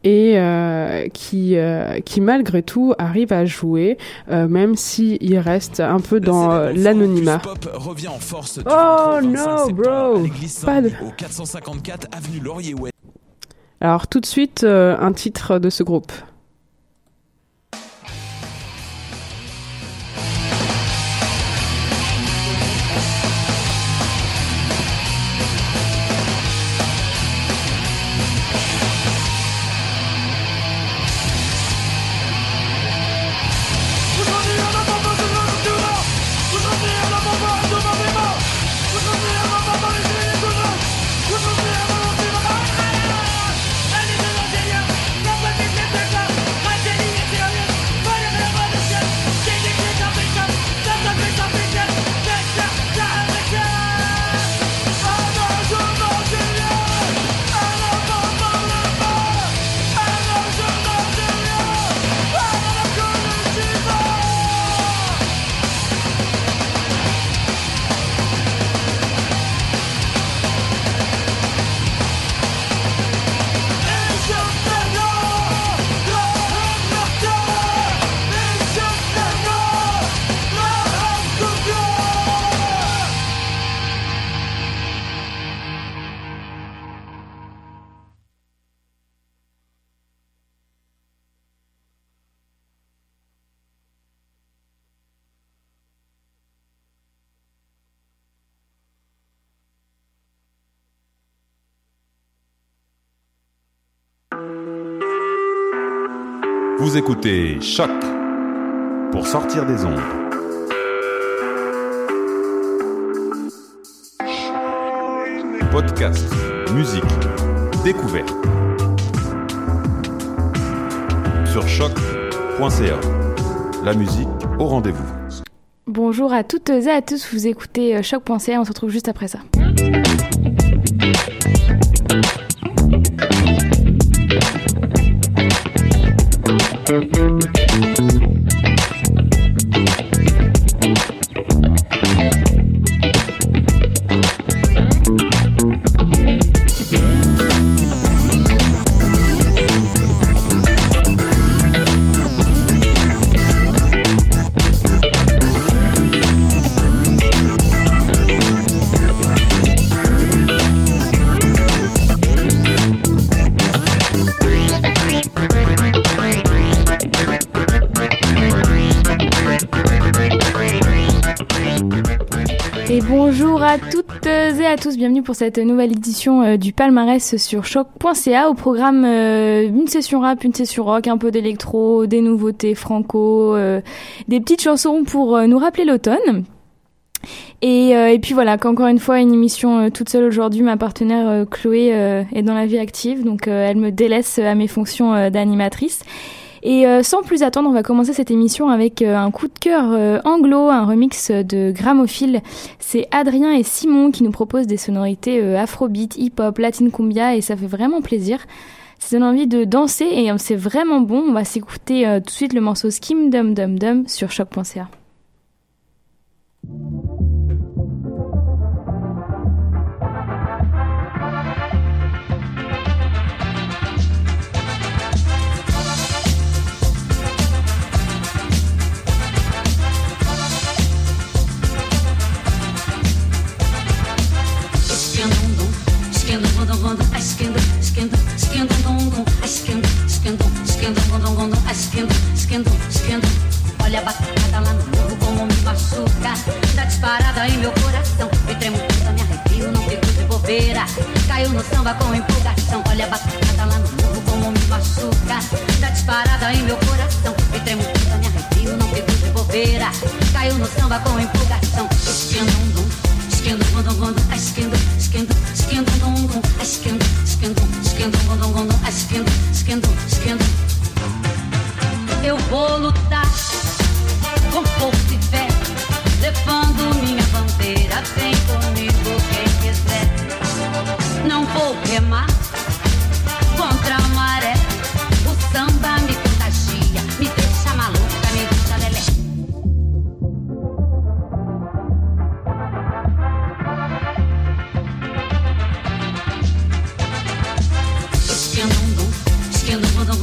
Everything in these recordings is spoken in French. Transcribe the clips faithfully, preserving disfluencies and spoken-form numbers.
et euh, qui, euh, qui malgré tout arrive à jouer, euh, même s'il reste un peu dans euh, l'anonymat. Oh no, bro! Pas de... Alors tout de suite, euh, un titre de ce groupe. Vous écoutez Choc pour sortir des ondes. Podcast, musique, découverte. Sur choc point c a. La musique au rendez-vous. Bonjour à toutes et à tous, vous écoutez choc point c a, on se retrouve juste après ça. Et bonjour à toutes et à tous, bienvenue pour cette nouvelle édition euh, du palmarès sur choc point c a. Au programme, euh, une session rap, une session rock, un peu d'électro, des nouveautés franco, euh, des petites chansons pour euh, nous rappeler l'automne. Et, euh, et puis voilà, qu'encore une fois, une émission euh, toute seule aujourd'hui. Ma partenaire euh, Chloé euh, est dans la vie active, donc euh, elle me délaisse à mes fonctions euh, d'animatrice. Et euh, sans plus attendre, on va commencer cette émission avec euh, un coup de cœur euh, anglo, un remix de Gramophile. C'est Adrien et Simon qui nous proposent des sonorités euh, afrobeat, hip-hop, latin cumbia, et ça fait vraiment plaisir. Ça donne envie de danser et euh, c'est vraiment bon. On va s'écouter euh, tout de suite le morceau Skim Dum Dum Dum sur choc point c a. Olha a batata lá no morro como me machuca. Dá disparada em meu coração. Eu tremo toda, me arrepio, não fico de bobeira. Caiu no samba com empolgação. Olha a batata lá no morro como me machuca. Dá disparada em meu coração. Eu tremo toda, me arrepio, não fico de bobeira. Caiu no samba com empolgação. Esquendum, esquendum, gondom, gondom, esquendum, esquendum, esquendum, gondom, esquendum, esquendum, esquendum, gondom, gondom, esquendum, esquendum, esquendum. Eu vou lutar com força e fé, levando minha bandeira. Vem comigo quem quiser. Não vou remar contra a maré. O samba me contagia, me deixa maluca, me deixa lelé.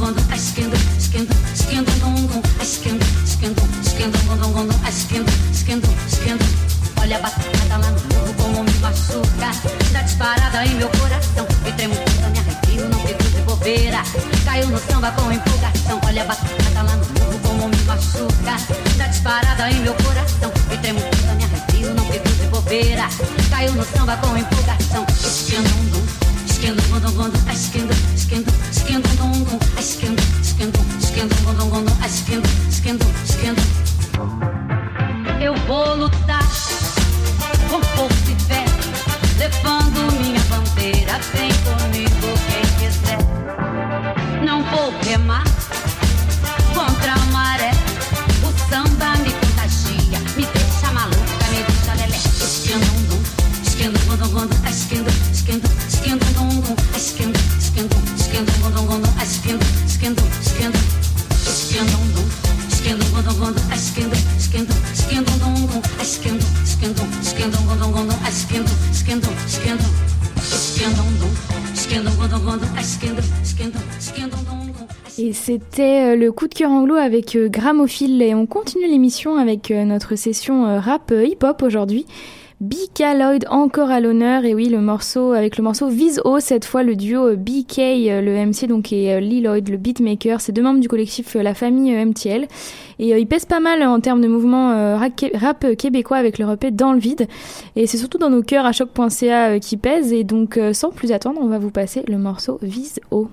gondo, esquendo, esquendo, esquendo, gondo, esquendo, esquendo, esquendo, gondo, gondo, esquendo, esquendo, esquendo. Olha a batata lá no morro como me machuca. Dá disparada em meu coração. Eu tremo tanto, me arrepio, não fico de bobeira. Caiu no samba com empolgação. Olha a batata lá no morro como me machuca. Dá disparada em meu coração. Eu tremo tanto, me arrepio, não fico de bobeira. Caiu no samba com empolgação. Esquendo, esquendo, gondo, gondo, esquendo, esquendo, esquendo, gondo, esquendo, esquendo, esquendo, gondo, gondo, esquendo, esquendo, esquendo. Eu vou lutar com força e fé, levando minha bandeira, vem comigo quem quiser. Não vou remar contra a maré, o samba me contagia, me deixa maluca, me deixa lelé. Esquendo, esquendo, gondo, gondo, esquendo, esquendo, esquendo, gondo, esquendo, esquendo, esquendo, gondo, gondo, esquendo, esquendo, esquendo, esquendo, esquendo, gondo, gondo, esquendo, esquendo, esquendo, gondo, esquendo, esquendo, esquendo, gondo, gondo, esquendo, esquendo, esquendo, esquendo, esquendo, gondo, gondo, esquendo, esquendo, esquendo, gondo. Et c'était le coup de cœur anglo avec Gramophile, et on continue l'émission avec notre session rap hip-hop aujourd'hui. B K Lloyd encore à l'honneur, et oui, le morceau avec le morceau Vise-O, cette fois le duo B K, le M C donc, et Lee Lloyd, le beatmaker. C'est deux membres du collectif La Famille M T L, et euh, ils pèsent pas mal en termes de mouvement euh, rap québécois avec leur E P Dans le vide, et c'est surtout dans nos cœurs à choc point c a euh, qui pèse. Et donc euh, sans plus attendre, on va vous passer le morceau Vise-O.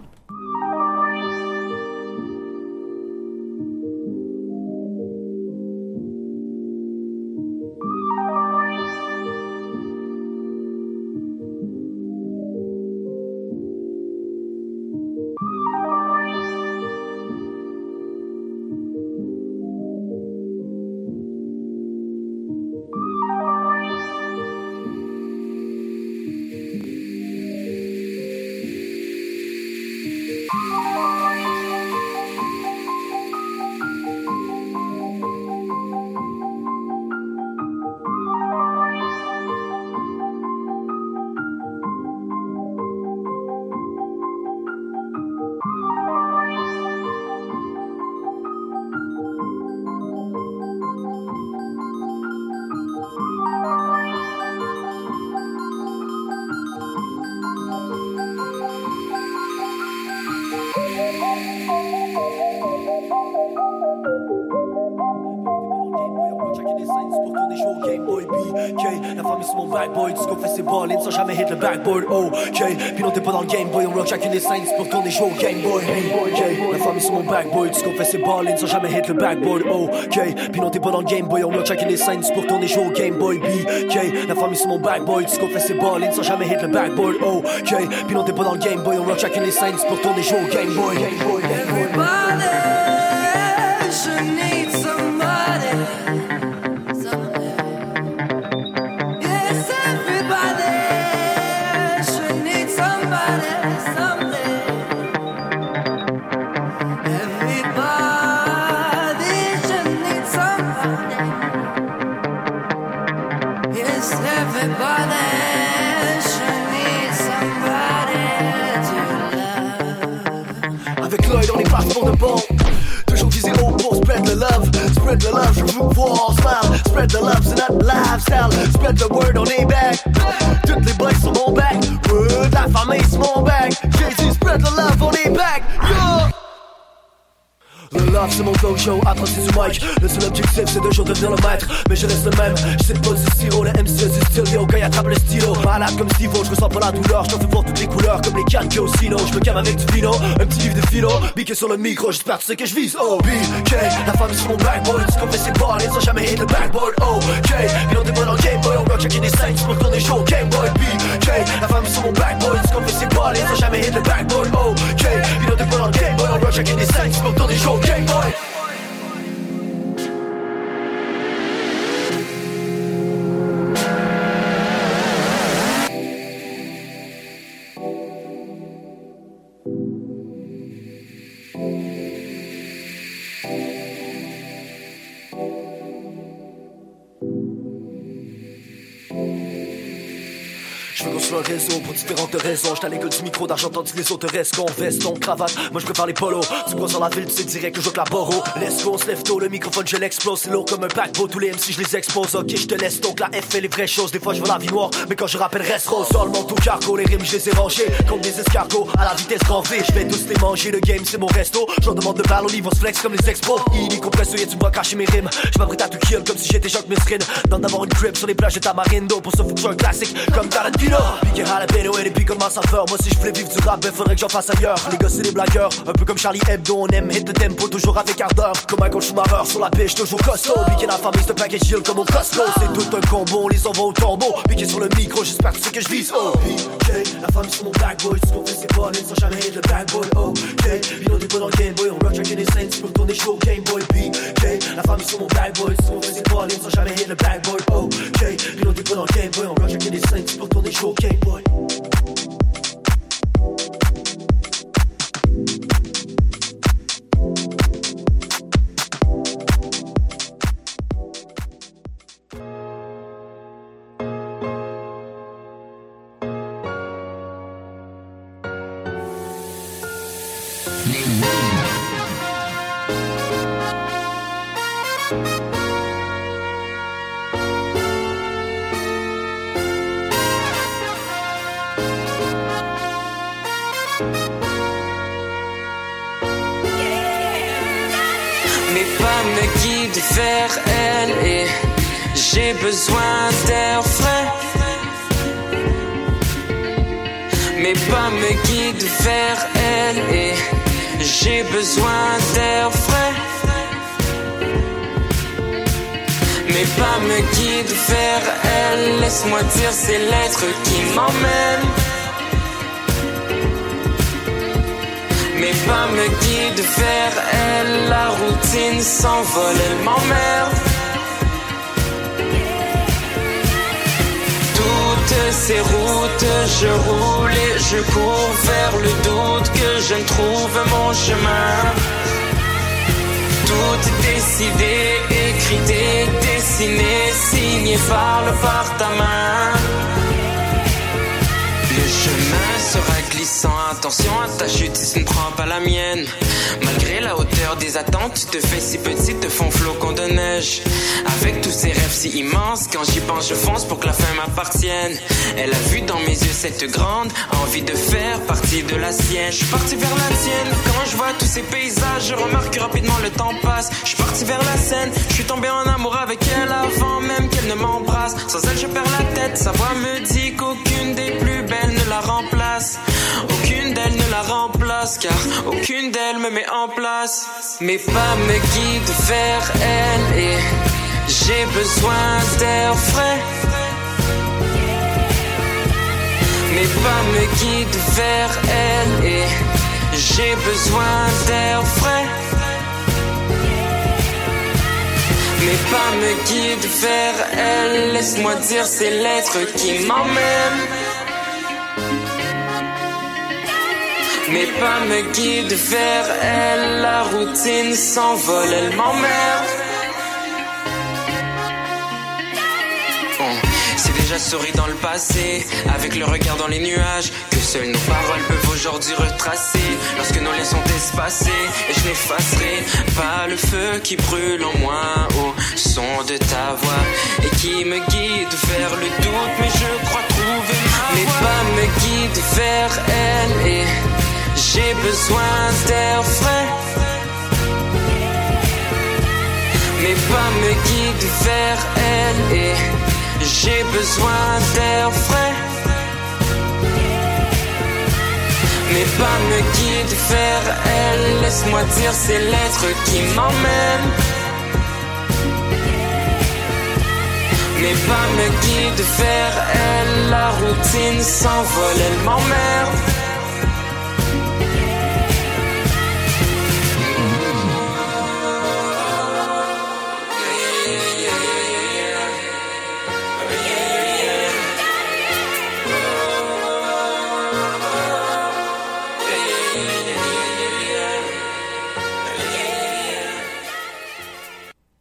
Sans jamais hit le backboard, oh, okay. Puis non t'es pas dans le Game Boy, on rock chacune des scènes pour tourner jouer au Game Boy, hey, okay. La famille sur mon backboard, ce qu'on fait c'est ballin' sans jamais hit le backboard, oh, okay. Puis non t'es pas dans le Game Boy, on rock chacune des scènes pour tourner jouer au Game Boy, B, okay. La famille sur mon backboard, ce qu'on fait c'est ballin' sans jamais hit le backboard, oh, okay. Puis non t'es pas dans le Game Boy, on rock chacune des scènes pour tourner jouer au Game Boy, Game Boy, Everybody should need somebody. On est parti pour de bon. Toujours viser haut pour spread the love. Spread the love, je veux voir smile. Spread the love, c'est notre lifestyle. Spread the word, on est back. Toutes les boys sur mon back. Word, la famille sur mon back. J'ai dit spread the love, on est back. Yo! Le love c'est mon talk show, apprenti du mic. Le seul objectif c'est de jour devenir le maître. Mais je reste le même, je sais pas du sirop. Le M C du style, yo, quand il attrape le stylo. Malade comme Steve-O, je ressens pas la douleur. Je t'en fais voir toutes les couleurs comme les cannes qu'il y a au sino. Je me calme avec du vino, un petit livre de philo. Biqué sur le micro, j'espère tu sais que je vise. Oh, B K, la famille sur mon backboard. Ce qu'on fait c'est ballin' sans jamais hit le backboard. Oh, K, puis on dévoile dans le Game Boy. On rock chacun des scènes pour tourner show Game Boy. B K, la famille sur mon backboard. Ce qu'on fait c'est ballin' sans jamais hit le backboard. Oh, K, puis on dévoile dans le Game Boy. On rock chacun des scènes pour tourner show Game Boy. le réseau pour différentes raisons. J'étais à l'école du micro d'argent tandis que les autres restent con, veston, cravate. Moi je préfère les polos. Tu me vois sur la ville, tu sais direct que je joue la boro. Let's go, on se lève tôt, le microphone je l'explose. C'est lourd comme un paquebot, tous les M C je les expose. Ok, je te laisse donc la F fait les vraies choses. Des fois je veux la vie noire, mais quand je rappelle reste rose. Sur le manteau cargo, les rimes je les ai rangés comme des escargots à la vitesse grand V. Je vais tous les manger, le game c'est mon resto. J'en demande de balle au niveau flex comme les expos. Illico presso, y'a tu me vois cacher mes rimes. Je m'apprête à tout kill comme si j'étais Jacques Mesrine. Dans d'avoir une crib sur les plages de Tamarindo. Pour ça faut que je sois un classique comme Tarantino. Piqué jalapeno et des pics comme ma saveur. Moi si je voulais vivre du rap, ben faudrait que j'en fasse ailleurs. Les gars c'est des blagueurs, un peu comme Charlie Hebdo. On aime hit de tempo, toujours avec ardeur. Comme un Schumacher sur la pêche, toujours costaud. Piqué la famille, c'est package deal comme au Costco. C'est tout un combo, on les envoie au tombeau. Piqué sur le micro, j'espère que tu sais que je vise. Oh, P K, la famille sur mon bad boy. Ce qu'on fait c'est pas sans jamais hit le bad boy. Oh, K, Bino des dans le Game Boy. On rock chacun des scènes, tu peux tourner chaud Game Boy. P K, la famille sur mon bad boy. Ce qu'on fait c'est pas sans jamais hit le bad boy. Oh, K, Bino des dans le Game Boy. On rock chacun des scènes, tu peux tourner chaud Game Boy. Vers elle et j'ai besoin d'air frais. Mes pas me guident vers elle et j'ai besoin d'air frais. Mes pas me guident vers elle, laisse-moi dire c'est l'être qui m'emmène. Mes pas me guident vers elle, la routine s'envole, elle m'emmerde. Toutes ces routes, je roule et je cours vers le doute que je ne trouve mon chemin. Tout est décidé, écrit, dessiné, signé par le par ta main. Le chemin sera glissant, attention à ta chute si tu ne prends pas la mienne. Malgré la hauteur des attentes, tu te fais si petit, te font flocons de neige. Avec tous ces rêves si immenses, quand j'y pense je fonce pour que la fin m'appartienne. Elle a vu dans mes yeux cette grande envie de faire partie de la sienne. Je suis parti vers la tienne, quand je vois tous ces paysages, je remarque que rapidement le temps passe. Je suis parti vers la Seine, je suis tombé en amour avec elle avant même qu'elle ne m'embrasse. Sans elle je perds la tête, sa voix me dit qu'aucune des plus belles ne la remplace. Aucune d'elles ne la remplace, car aucune d'elles me met en place. Mes pas me guident vers elle et j'ai besoin d'air frais. Mes pas me guident vers elle et j'ai besoin d'air frais. Mes pas me guident vers elle, laisse-moi dire c'est l'être qui m'emmène. Mes pas me guident vers elle, la routine s'envole, elle m'emmerde. On s'est déjà souri dans le passé, avec le regard dans les nuages, que seules nos paroles peuvent aujourd'hui retracer. Lorsque nos liens sont espacés, et je n'effacerai pas le feu qui brûle en moi au son de ta voix, et qui me guide vers le doute, mais je crois trouver ma voie. Mes pas me guident vers elle et j'ai besoin d'air frais. Mes pas me guident vers elle et j'ai besoin d'air frais. Mes pas me guident vers elle, laisse-moi dire c'est l'être qui m'emmène. Mes pas me guident vers elle, la routine s'envole, elle m'emmerde.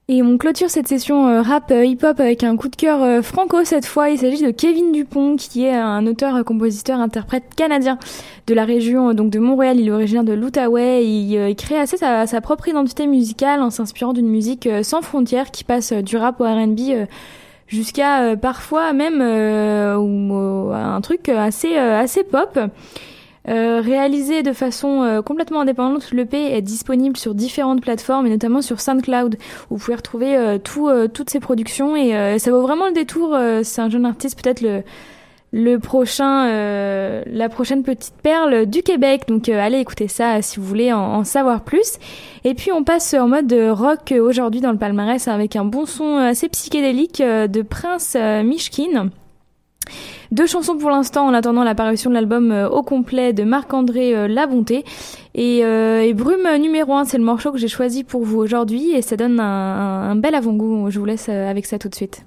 Et on clôture cette session euh, rap euh, hip-hop avec un coup de cœur euh, franco cette fois. Il s'agit de Kevin Dupont, qui est un auteur, euh, compositeur, interprète canadien de la région euh, donc de Montréal. Il est originaire de l'Outaouais. Il, euh, il crée assez sa, sa propre identité musicale en s'inspirant d'une musique euh, sans frontières qui passe euh, du rap au R and B euh, jusqu'à euh, parfois même euh, ou, euh, un truc assez euh, assez pop. Euh, réalisé de façon euh, complètement indépendante, l'E P est disponible sur différentes plateformes et notamment sur SoundCloud où vous pouvez retrouver euh, tout, euh, toutes ses productions et euh, ça vaut vraiment le détour. Euh, c'est un jeune artiste, peut-être le, le prochain, euh, la prochaine petite perle du Québec. Donc euh, allez écouter ça euh, si vous voulez en, en savoir plus. Et puis on passe en mode rock euh, aujourd'hui dans le palmarès avec un bon son assez psychédélique euh, de Prince euh, Mishkin. Deux chansons pour l'instant en attendant l'apparition de l'album euh, au complet de Marc-André euh, La Bonté. Et, euh, et Brume numéro un, c'est le morceau que j'ai choisi pour vous aujourd'hui et ça donne un, un, un bel avant-goût. Je vous laisse euh, avec ça tout de suite.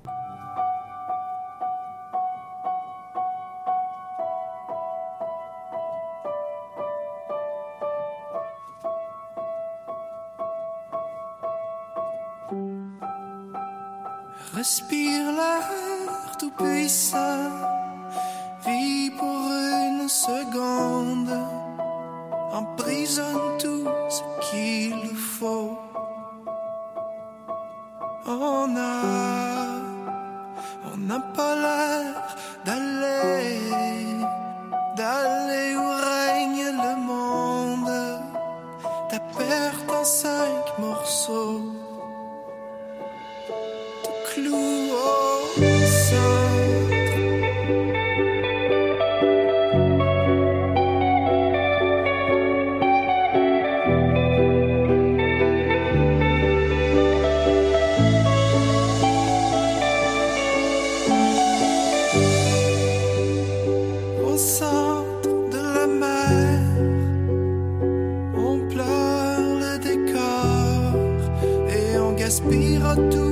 Respire l'air tout puissant, vis pour une seconde, emprisonne tout ce qu'il faut. On a, on n'a pas l'air d'aller, d'aller où règne le monde. Ta perte en cinq morceaux. Clou au centre. Au centre de la mer, on pleure le décor et on gaspillera tout.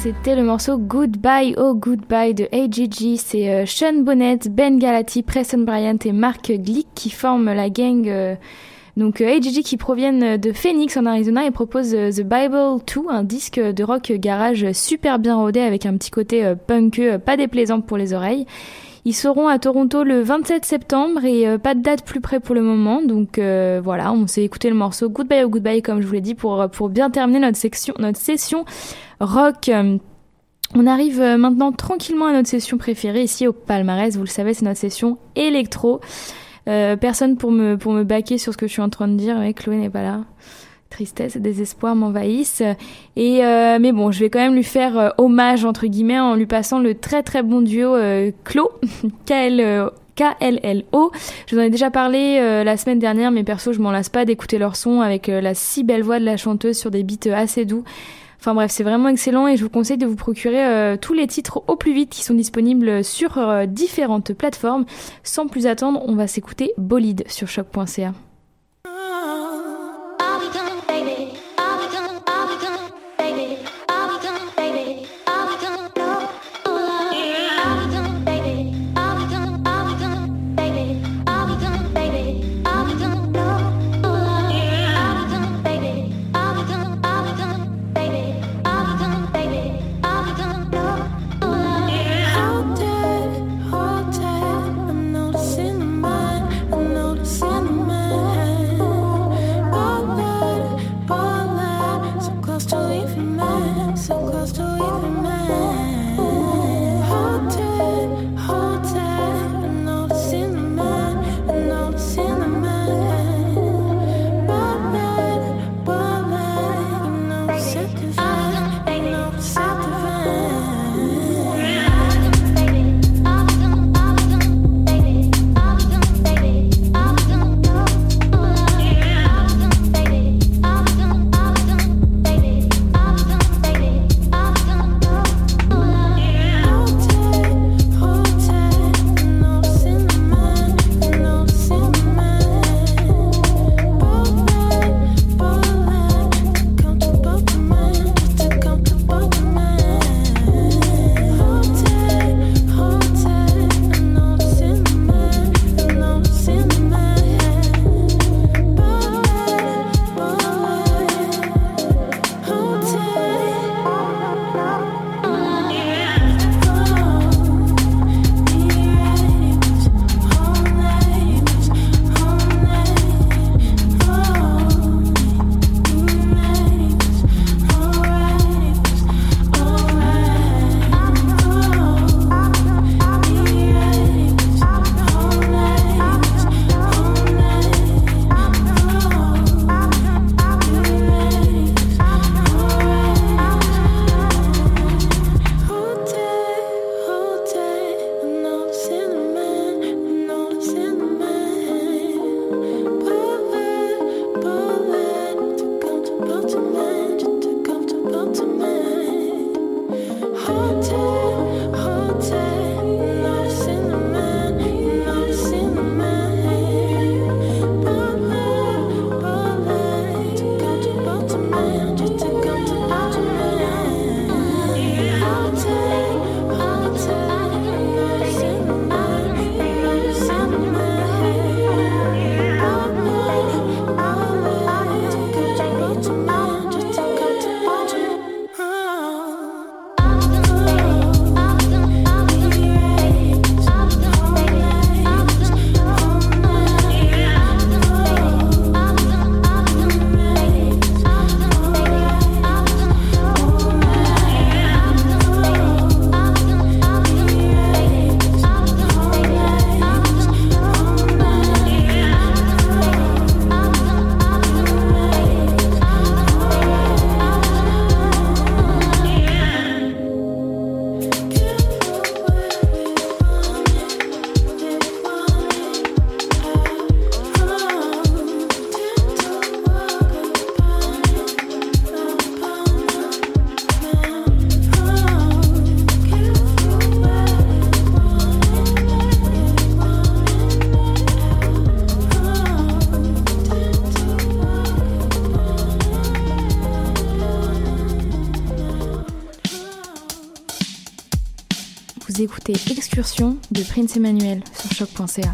C'était le morceau Goodbye, oh Goodbye de A G G. C'est euh, Sean Bonnet, Ben Galati, Preston Bryant et Mark Glick qui forment la gang. Euh, donc euh, A G G qui proviennent de Phoenix en Arizona et proposent euh, The Bible deux, un disque de rock garage super bien rodé avec un petit côté euh, punkeux, euh, pas déplaisant pour les oreilles. Ils seront à Toronto le vingt-sept septembre et euh, pas de date plus près pour le moment. Donc euh, voilà, on s'est écouté le morceau Goodbye, oh Goodbye comme je vous l'ai dit pour, pour bien terminer notre, section, notre session rock. On arrive maintenant tranquillement à notre session préférée ici au Palmarès. Vous le savez, c'est notre session électro. Euh, personne pour me pour me baquer sur ce que je suis en train de dire. Ouais, Chloé n'est pas là. Tristesse et désespoir m'envahissent. Et euh, mais bon, je vais quand même lui faire euh, hommage entre guillemets en lui passant le très très bon duo euh, Clo K L K L L O. Je vous en ai déjà parlé euh, la semaine dernière, mais perso, je m'en lasse pas d'écouter leur son avec euh, la si belle voix de la chanteuse sur des beats assez doux. Enfin bref, c'est vraiment excellent et je vous conseille de vous procurer euh, tous les titres au plus vite qui sont disponibles sur euh, différentes plateformes. Sans plus attendre, on va s'écouter Bolide sur choc point c a. Cinnamon d'écouter Excursion de Prince Emmanuel sur choc point c a.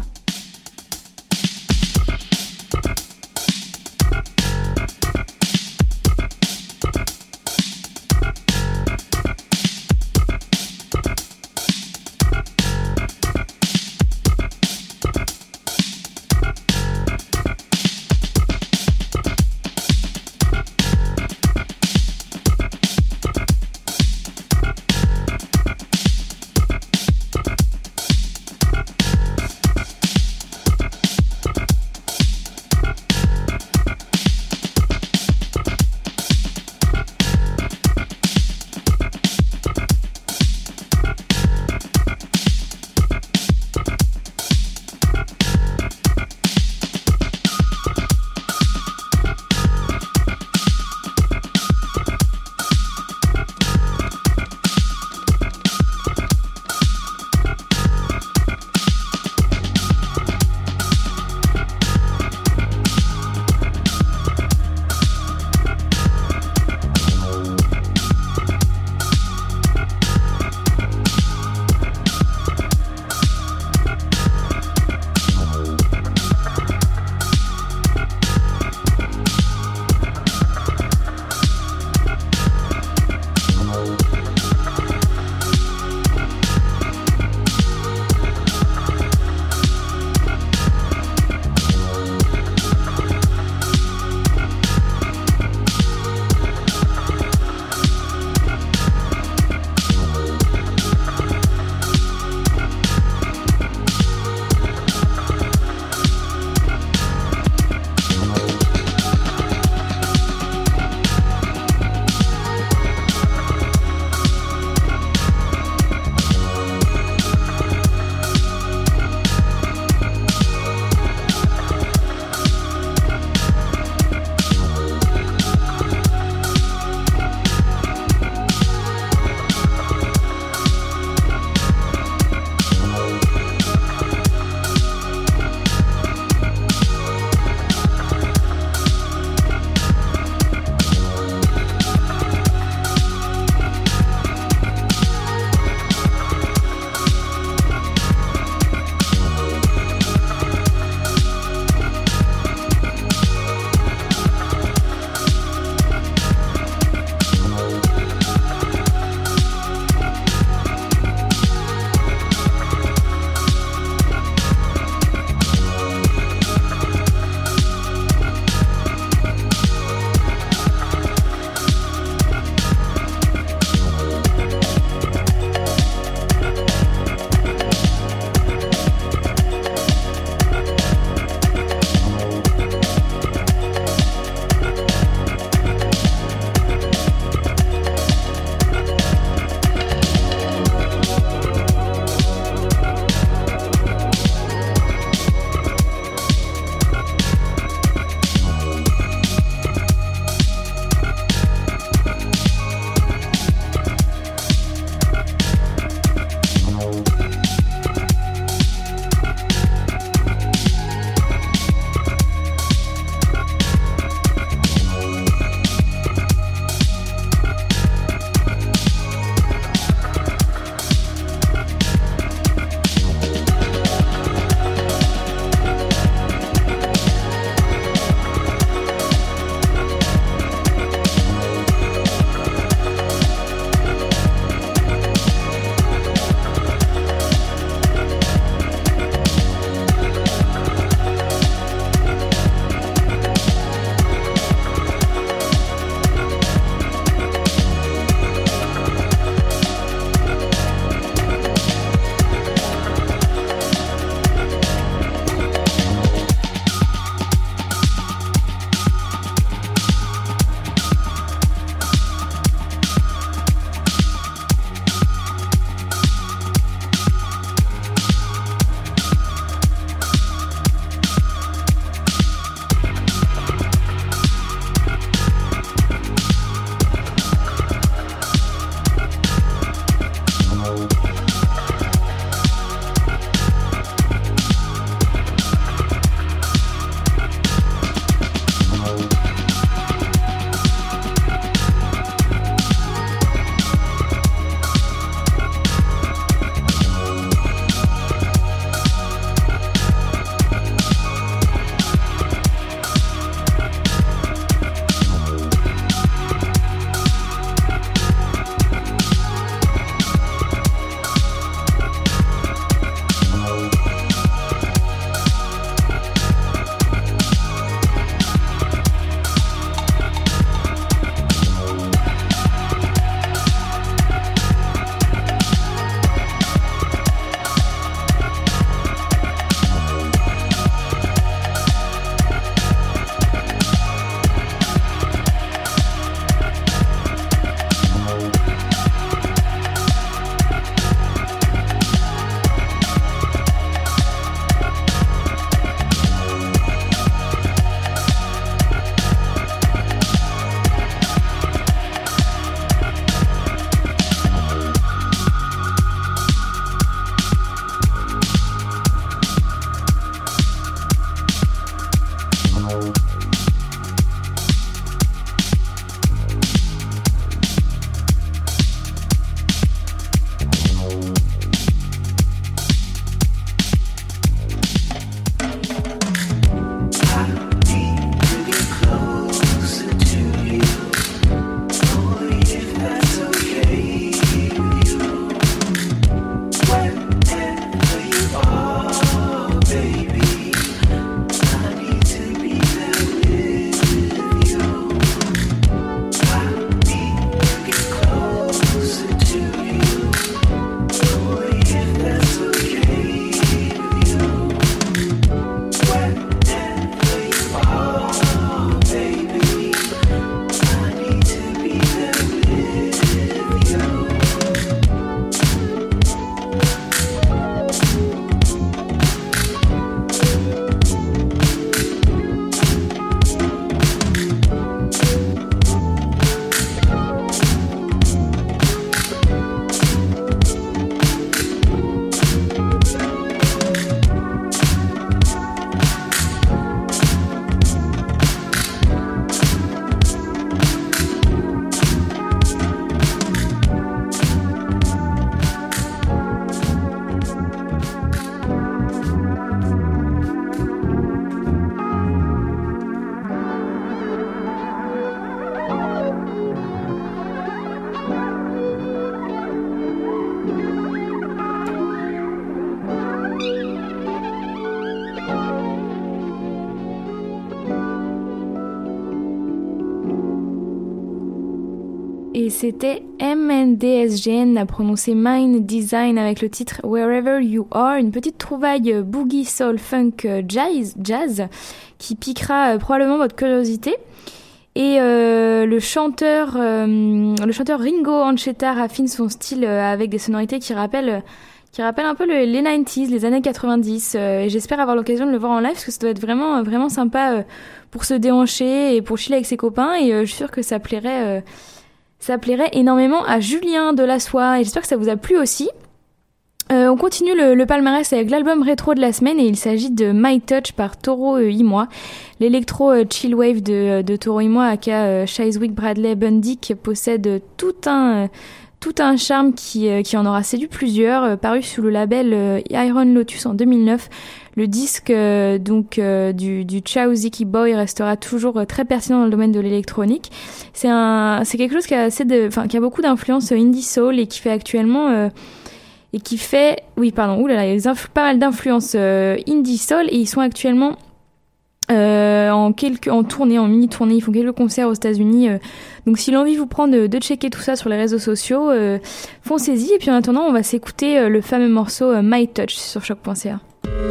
et c'était M N D S G N à prononcer Mind Design avec le titre Wherever You Are, une petite trouvaille boogie soul funk jazz, jazz qui piquera probablement votre curiosité. Et euh, le chanteur euh, le chanteur Ringo Ancheta raffine son style avec des sonorités qui rappellent qui rappellent un peu le, les quatre-vingt-dix, les années quatre-vingt-dix. Euh, et j'espère avoir l'occasion de le voir en live parce que ça doit être vraiment vraiment sympa euh, pour se déhancher et pour chiller avec ses copains. Et euh, je suis sûre que ça plairait euh, ça plairait énormément à Julien Delassois. Et j'espère que ça vous a plu aussi. Euh, on continue le, le palmarès avec l'album rétro de la semaine et il s'agit de My Touch par Toro euh, Imoa. L'électro euh, chill wave de, de Toro Imoa aka euh, Shizwick Bradley Bundick possède euh, tout un euh, tout un charme qui euh, qui en aura séduit plusieurs. Euh, paru sous le label euh, Iron Lotus en deux mille neuf, le disque euh, donc euh, du du Chowziki Boy restera toujours euh, très pertinent dans le domaine de l'électronique. C'est un c'est quelque chose qui a assez de enfin qui a beaucoup d'influence indie soul et qui fait actuellement euh, et qui fait oui pardon oulala il y a influ- pas mal d'influences euh, indie soul et ils sont actuellement euh, en quelques en tournée en mini tournée, ils font quelques concerts aux États-Unis, euh, donc si l'envie vous prend de, de checker tout ça sur les réseaux sociaux, euh, foncez-y. Et puis en attendant on va s'écouter euh, le fameux morceau euh, My Touch sur choc point c a.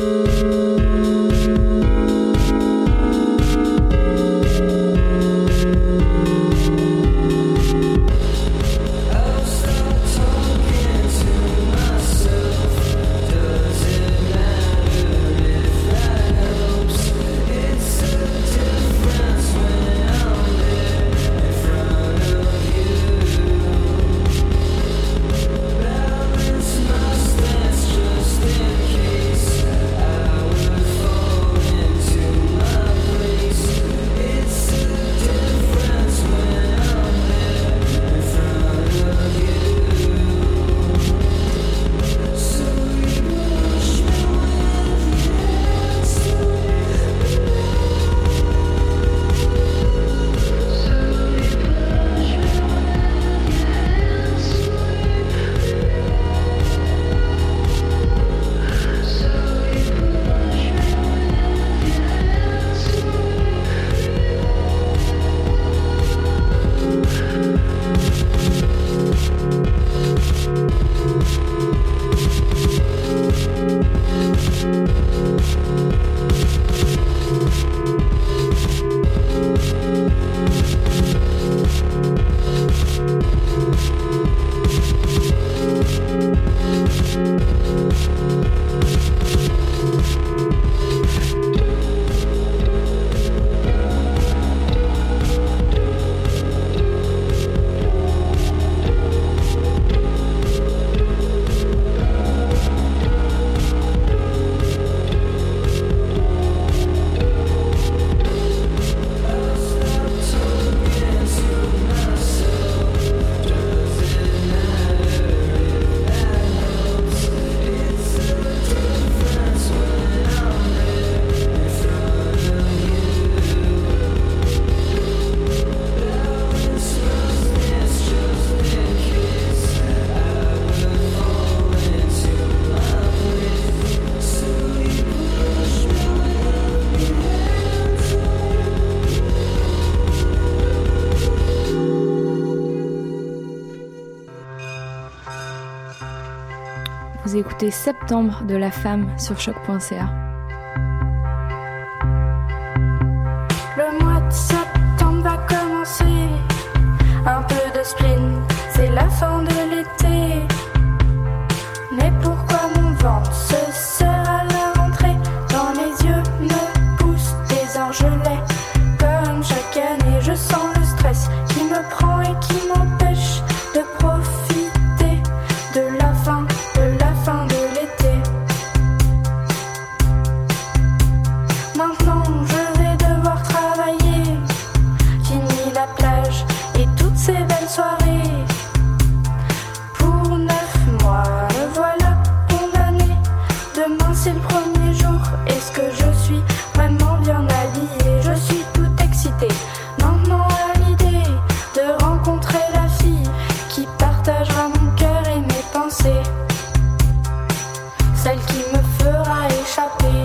Vous écoutez Septembre de La Femme sur choc point c a. Le mois de septembre va commencer. Un peu de spleen, c'est la fin de l'été. Mais pourquoi mon ventre se serre à la rentrée? Dans les yeux me poussent des orgelets. Comme chaque année, je sens le stress qui me prend et qui m'empêche de profiter de la fin, de la fin de l'été. Maintenant, je vais devoir travailler. Fini la plage et toutes ces belles soirées. Pour neuf mois, me voilà condamnée. Demain, c'est le premier jour. Est-ce que je suis vraiment bien habillée? Je suis toute excitée maintenant à l'idée de rencontrer la fille qui partagera mon cœur et mes pensées, celle qui me fera échapper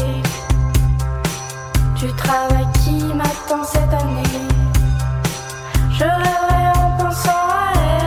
du travail qui m'attend cette année. Je rêverai en pensant à elle.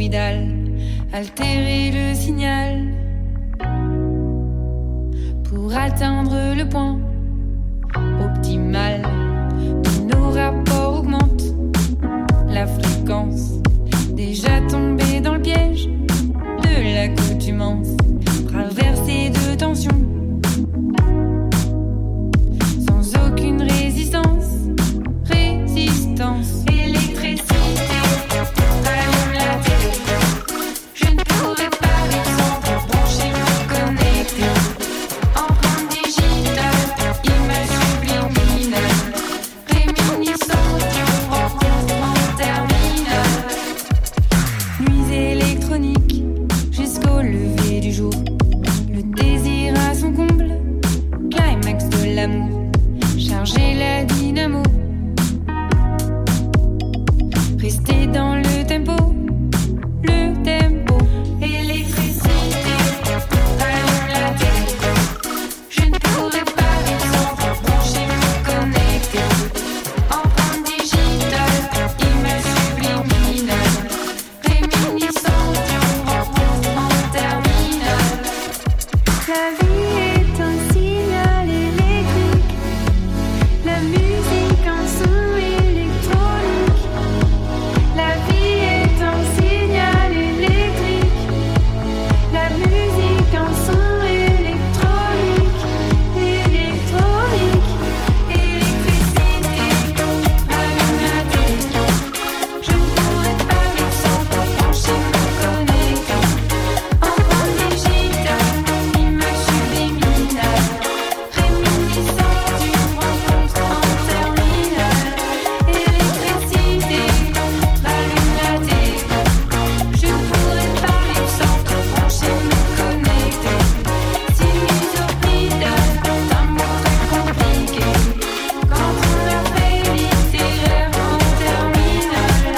solidal, altérer le signal pour atteindre le point optimal. Nos rapports augmentent la fréquence, déjà tombé dans le piège de l'accoutumance, traversé de tensions, sans aucune résistance, résistance. Électricité, allume la télé, je ne pourrais pas vivre sans te brancher, me connecter. Empreinte digitale, image subliminale, réminiscence d'une rencontre en terminale. Nuits électroniques jusqu'au lever du jour, le désir à son comble, climax de l'amour, charger la dynamo, rester dans le tempo, le tempo. Électricité, allume la télé, je ne pourrais pas vivre sans te brancher, me connecter. Empreinte digitale, image subliminale, réminiscence d'une rencontre en terminale. La vie est un signal électrique, la musique un son électronique. La vie est un signal électrique, la musique un son électronique, électronique. Électricité, allume la télé, je ne pourrais pas vivre sans te brancher, me connecter. Empreinte digitale, image subliminale, réminiscence d'une rencontre en terminale. Électricité, allume la télé, je ne pourrais pas vivre sans te brancher, me connecter. Sinusoïdal, d'amour très compliqué, quand on a fait littéraire en terminale.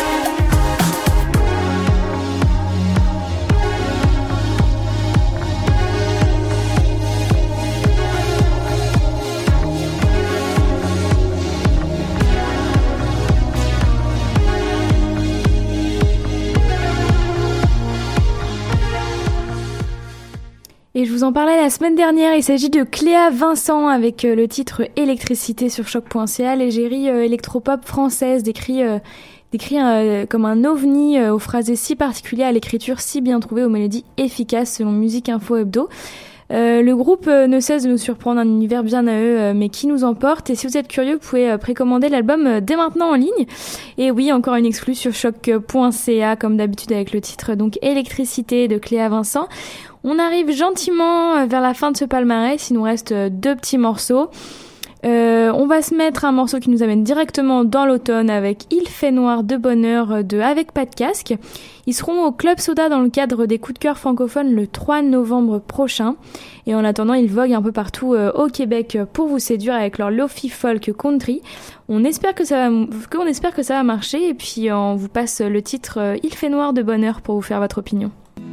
Et je vous en parlais la semaine dernière, il s'agit de Cléa Vincent avec euh, le titre Électricité sur choc point c a, l'égérie euh, électropop française, décrit, euh, décrit euh, comme un ovni euh, aux phrasés si particuliers, à l'écriture si bien trouvée, aux mélodies efficaces selon Musique Info Hebdo. Euh, le groupe euh, ne cesse de nous surprendre, un univers bien à eux, euh, mais qui nous emporte. Et si vous êtes curieux, vous pouvez euh, précommander l'album euh, dès maintenant en ligne. Et oui, encore une exclue sur choc point c a, comme d'habitude avec le titre donc Électricité de Cléa Vincent. On arrive gentiment vers la fin de ce palmarès, il nous reste deux petits morceaux. Euh, on va se mettre un morceau qui nous amène directement dans l'automne avec Il fait noir de bonheur de Avec pas de casque. Ils seront au Club Soda dans le cadre des coups de cœur francophones le trois novembre prochain. Et en attendant, ils voguent un peu partout euh, au Québec pour vous séduire avec leur Lofi Folk Country. On espère que ça va, on espère que ça va marcher et puis on vous passe le titre euh, Il fait noir de bonheur pour vous faire votre opinion.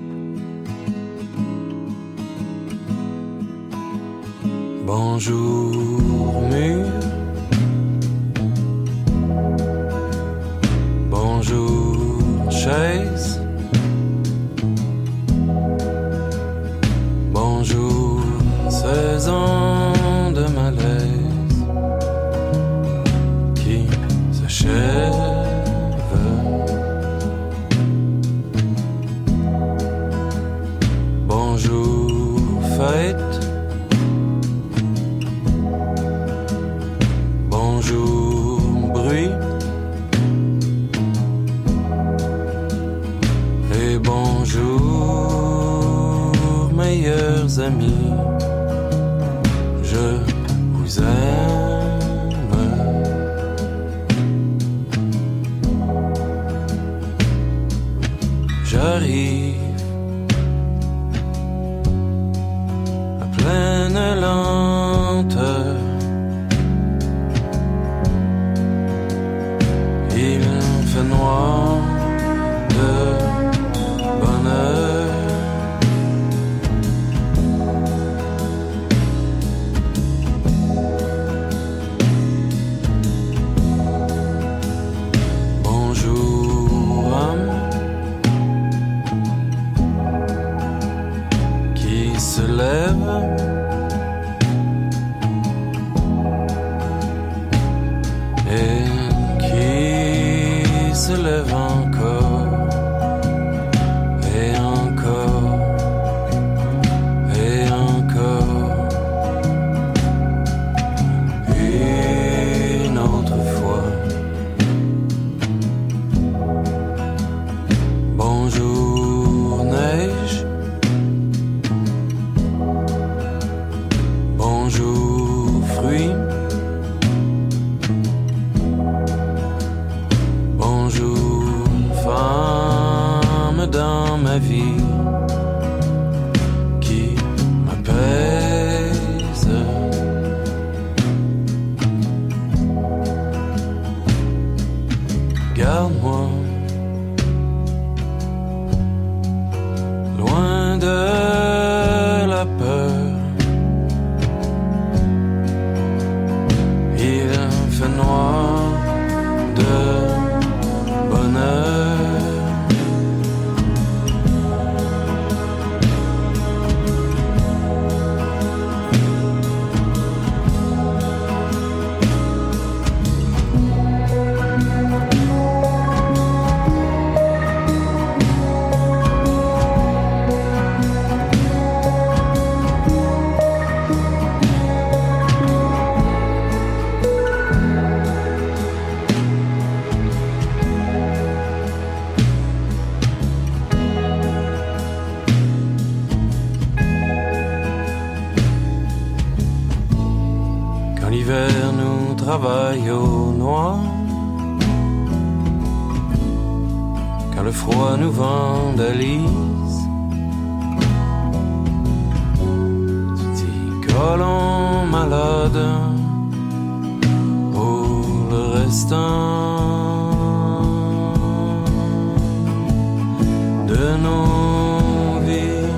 Bonjour mur, bonjour chaise, bonjour saison de malaise qui s'achève. Bonjour fête. Bonjour bruit et bonjour meilleurs amis, je vous aime. J'arrive à pleine lenteur. Il fait noir de bonheur. Bonjour homme, Bonjour neige, bonjour fruits, bonjour femme dans ma vie qui m'apaise. Garde-moi loin de la peur. Il fait noir de bonheur. Quand l'hiver nous travaille au noir, quand le froid nous vandalise, petit colon malade pour le restant de nos vies.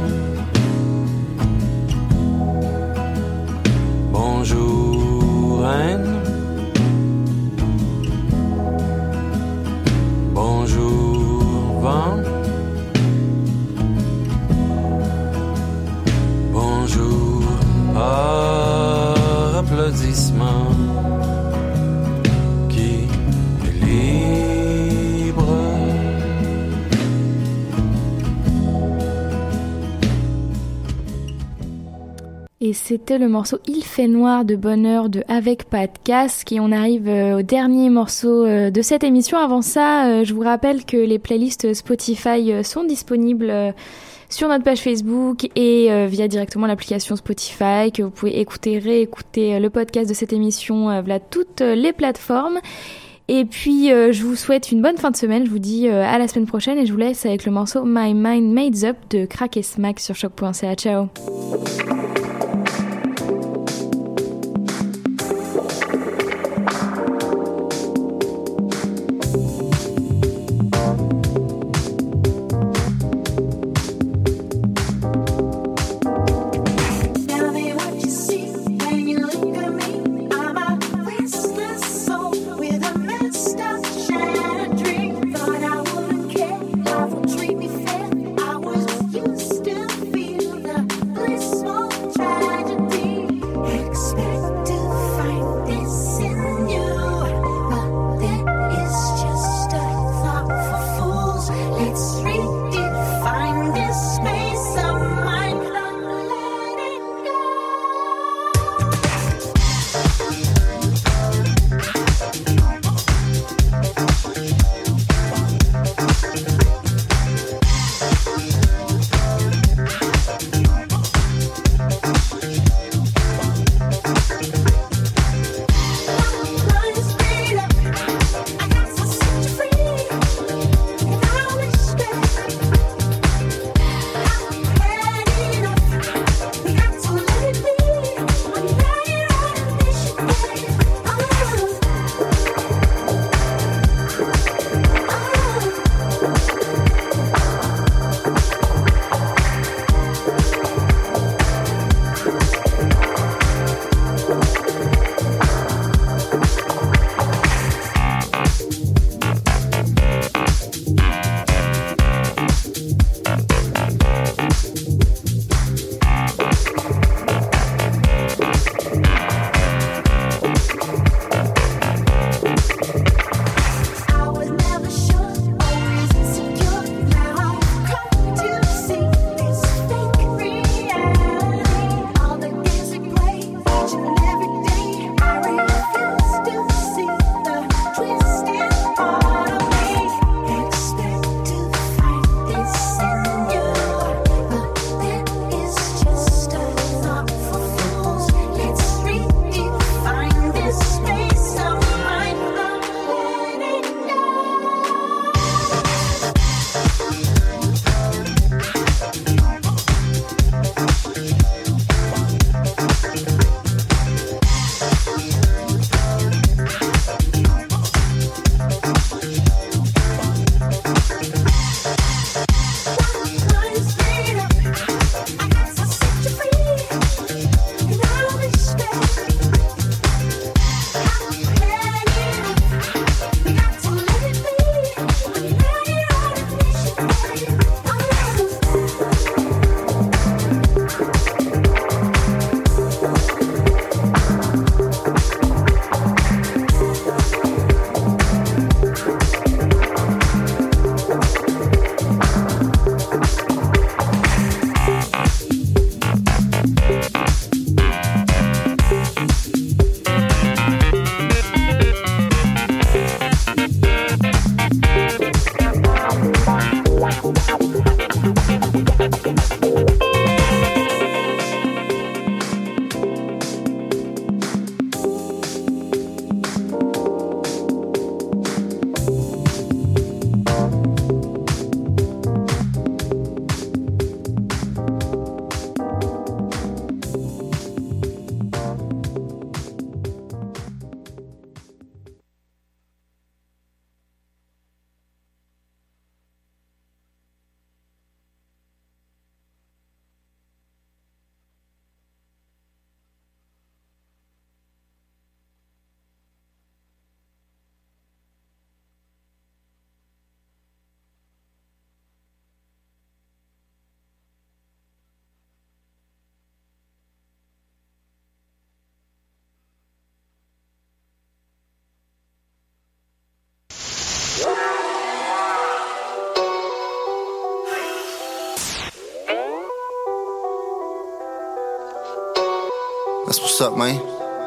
Bonjour Reine, bonjour vent, bonjour par applaudissement qui est libre. Et c'était le morceau Il fait noir de Bonheur de Avec pas de casque. Et on arrive euh, au dernier morceau euh, de cette émission. Avant ça, euh, je vous rappelle que les playlists Spotify euh, sont disponibles euh, sur notre page Facebook et euh, via directement l'application Spotify, que vous pouvez écouter, réécouter euh, le podcast de cette émission euh, via toutes euh, les plateformes. Et puis, euh, je vous souhaite une bonne fin de semaine. Je vous dis euh, à la semaine prochaine et je vous laisse avec le morceau My Mind Made Up de Crack et Smack sur choc point c a. Ciao. Tell me what you see when you look at me. I'm a restless soul with a messed up shattered dream. Thought I wouldn't care, life would treat me fair. I was used to feel the blissful That's what's up, man.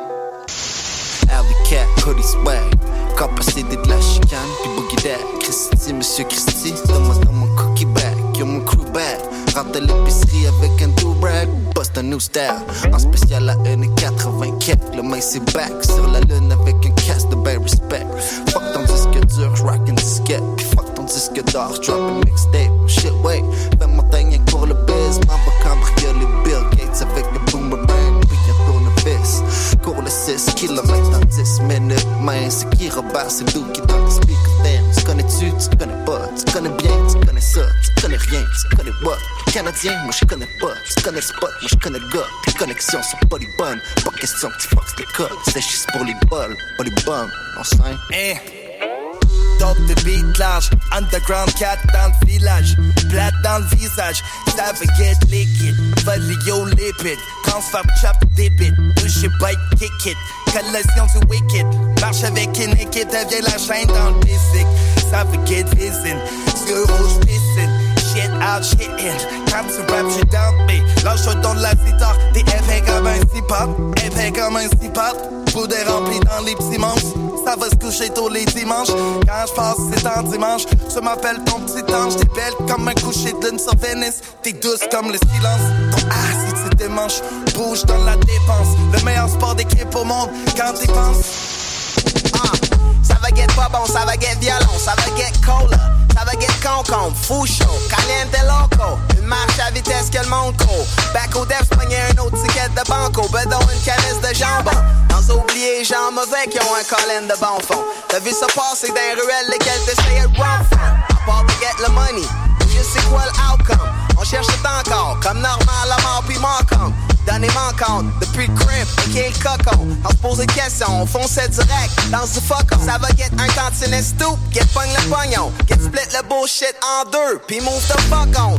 Alley Cat, Cody Swag. Capacité de la chicane, puis Boogie Dad. Christy, Monsieur Christy, donne-moi dans mon cookie bag. Yo, mon crew bag. Rentre à l'épicerie avec un do-rag. Bust un new style. En spécial à un quatre-vingt-quatre. Le main c'est back. Sur la lune avec un cast de ben respect. Fuck ton disque dur, j'rock une disquette. Puis fuck ton disque d'or, j'drop un mixtape. Shit, wait. Fais mon thing pour le biz. M'en va cambrioler Bill Gates avec le boomerang. Puis un tournevis. Cours le six kilomètres dans dix minutes. Man, c'est qui Robert, c'est d'où qui dans le speaker. Damn, tu connais-tu, tu connais pas. Tu connais bien, tu connais ça. Tu connais rien, tu connais what. Canadien, moi je connais pas. Tu connais le spot, moi je connais le gars. Tes connexions sont pas les bonnes. Pas question que tu foxes les codes. C'est juste pour les bols, pas les bums. On s'aime. Eh. Top de beat large, underground cat dans le village, plate dans le visage, ça veut get liquide, Valio lipid, transfert chop débit, touché bite kick it, collection du wicked, marche avec une équipe, devient la chaîne dans le basic, ça veut get visin, sur rouge piscine. Shit out, shit in. Quand tu rap, tu down me. Lâche-toi dans de la guitare. T'es épais comme un cipot. Épais comme un cipot. Boudin rempli dans les petits manches. Ça va se coucher tôt les dimanches. Quand je passe, c'est en dimanche. Tu m'appelles ton petit ange. T'es belle comme un coucher de lune sur Venice. T'es douce comme le silence. Ton ah, si tu tes manches. Bouge dans la dépense. Le meilleur sport d'équipe au monde. Quand t'y penses. Ah, ça va get pas bon, ça va get violent. Ça va get cola. Ça va get concombre, fou chaud, caliente loco. Une marche à vitesse que le monde court. Back au def, pognait un autre ticket de banco. Bedon, une canisse de jambon. Sans oublier les gens mauvais qui ont un colline de bon fond. T'as vu ça passer dans les ruelles lesquelles t'essayais de run from. À part de get le money, je sais quoi l'outcome. On cherche tout encore, comme normal, la mort pis manquant. Donnez-moi compte, depuis le crib, et qui est le cocon. On se pose des questions, on fonçait direct, dans du fuck on. Ça va get un tantinet stoop, get pogne le pognon. Get split le bullshit en deux, pis move the fuck on.